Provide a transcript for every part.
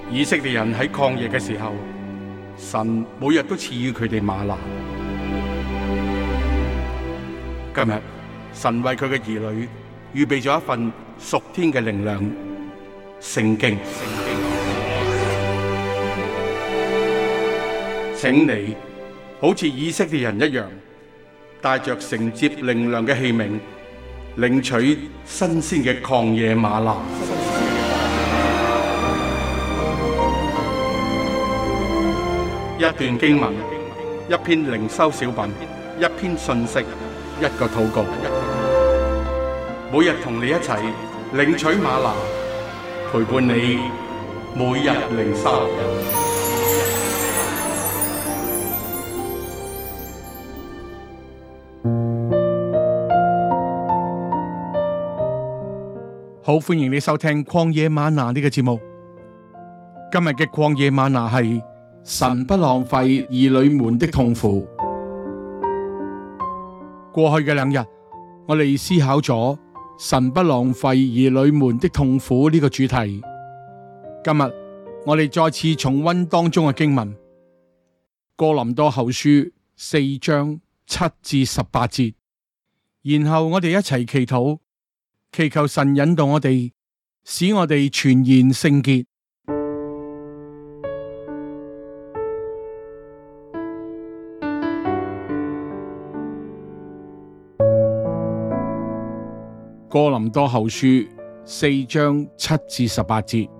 以色列人喺曠野嘅時候，神每日都賜予佢哋嗎哪。今日神為佢嘅兒女預備咗一份屬天嘅靈糧——聖經。請你好似以色列人一樣，帶着承接靈糧嘅器皿，領取新鮮嘅曠野嗎哪。一段經文，一篇靈修小品，一篇信息，一個禱告。每日同你一齊領取嗎哪，陪伴你每日靈修。好，歡迎你收聽曠野嗎哪呢個節目。今日嘅曠野嗎哪係神不浪費兒女們的痛苦。過去嘅2日，我哋思考咗神不浪費兒女們的痛苦呢個主題。今日我哋再次重溫當中嘅經文，哥林多後書4章7至18節，然後我哋一齊祈禱，祈求神引導我哋，使我哋全然聖潔。哥林多後書4章7至18節，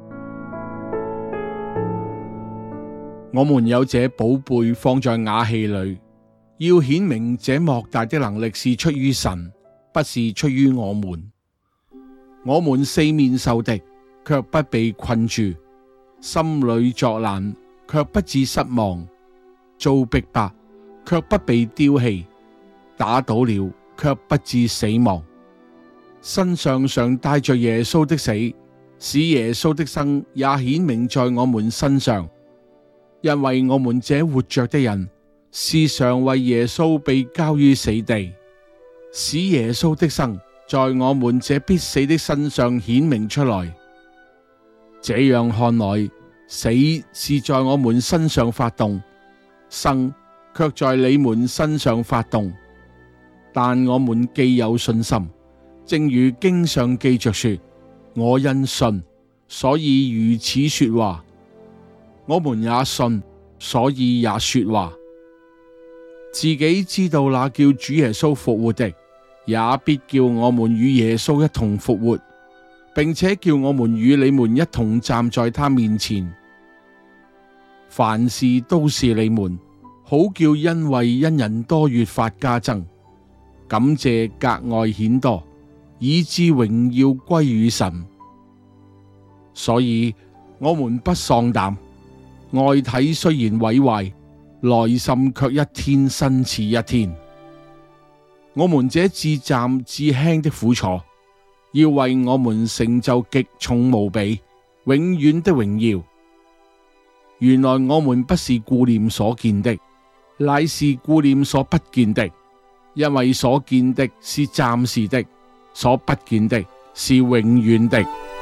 我們有這寶貝放在瓦器裏，要顯明這莫大的能力是出於神，不是出於我們。我們四面受敵，卻不被困住；心裏作難，卻不致失望；遭逼迫，卻不被丟棄；打倒了，卻不致死亡。身上常帶着耶穌的死，使耶穌的生也顯明在我們身上。因為我們這活着的人，時常為耶穌被交於死地，使耶穌的生在我們這必死的身上顯明出來。這樣看來，死是在我們身上發動，生卻在你們身上發動。但我們既有信心，正如經上記着說：我因信，所以如此說話；我們也信，所以也說話。自己知道那叫主耶穌復活的，也必叫我們與耶穌一同復活，並且叫我們與你們一同站在他面前。凡事都是你們，好叫恩惠因人多越發加增，感謝格外顯多，以致榮耀歸於神。所以我們不喪膽，外體雖然毀壞，內心卻一天新似一天。我們這至暫至輕的苦楚，要為我們成就極重無比、永遠的榮耀。原來我們不是顧念所見的，乃是顧念所不見的，因為所見的是暫時的，所不見的是永遠的。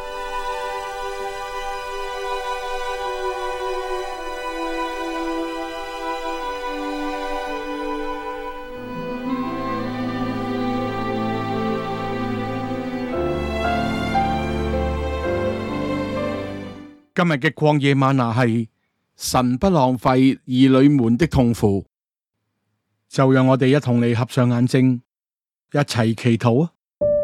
今日嘅曠野嗎哪係神不浪費兒女們的痛苦，就讓我哋一同嚟合上眼睛，一齊祈禱啊！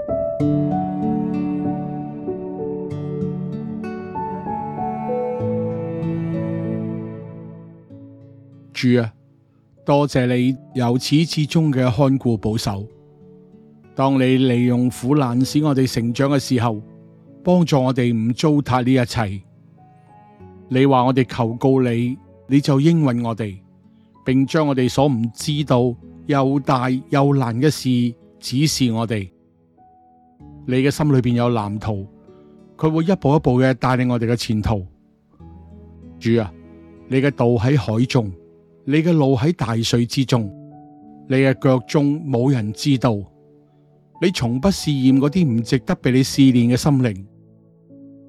主啊，多謝你由始至終嘅看顧保守。當你利用苦難使我哋成長嘅時候，幫助我哋唔糟蹋呢一切。你話我哋求告你，你就應允我哋，並將我哋所唔知道又大又難嘅事指示我哋。你嘅心裏邊有藍圖，佢會一步一步嘅帶領我哋嘅前途。主啊，你嘅道喺海中，你嘅路喺大水之中，你嘅腳蹤冇人知道。你從不試驗嗰啲唔值得被你試煉嘅心靈。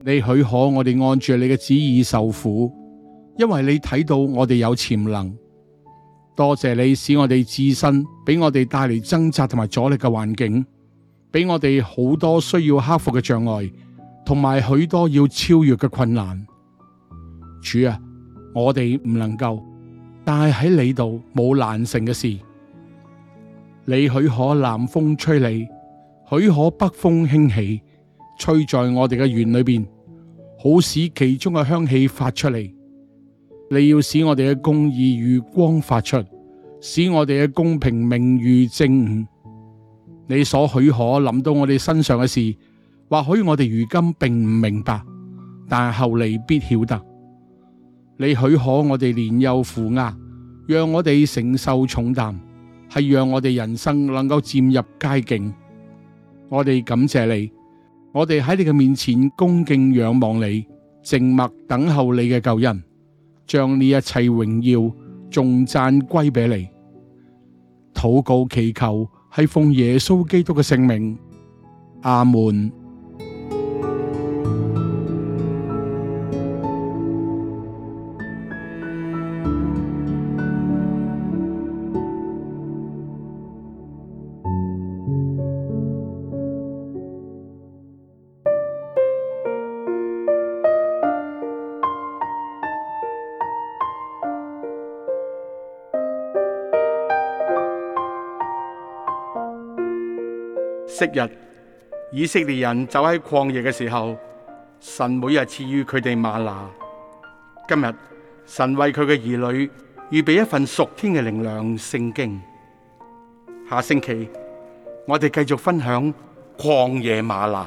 你許可我哋按住你嘅旨意受苦，因為你睇到我哋有潛能。多謝你使我哋自身俾我哋帶嚟掙扎同埋阻力嘅環境，俾我哋好多需要克服嘅障礙，同埋許多要超越嘅困難。主啊，我哋唔能夠，但係喺你度冇難成嘅事。你許可南風吹嚟，許可北風興起，吹在我哋嘅園裏邊，好使其中嘅香氣發出嚟。你要使我哋嘅公義如光發出，使我哋嘅公平明如正午。你所許可臨到我哋身上嘅事，或許我哋如今並唔明白，但係後嚟必曉得。你許可我哋年幼負軛，讓我哋承受重擔，係讓我哋人生能夠漸入佳境。我哋感謝你，我哋喺你嘅面前恭敬仰望你，靜默等候你嘅救恩，將呢一切榮耀頌讚歸俾你。禱告祈求係奉耶穌基督嘅聖名，阿門。昔日以色列人走喺曠野嘅時候，神每日賜予佢哋嗎哪。今日神為佢嘅兒女預備一份屬天嘅靈糧聖經。下星期我哋繼續分享曠野嗎哪。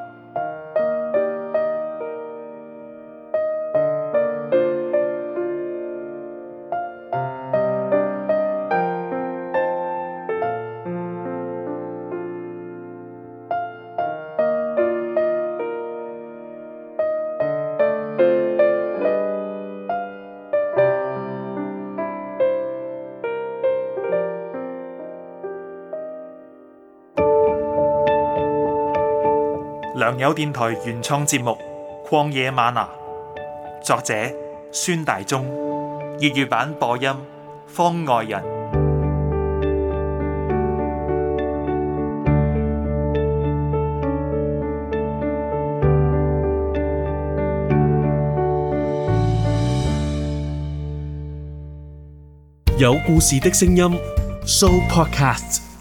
良友電台原創節目《曠野嗎哪》，作者孫大中，粵語版播音方外人， 有故事的聲音 Show Podcast。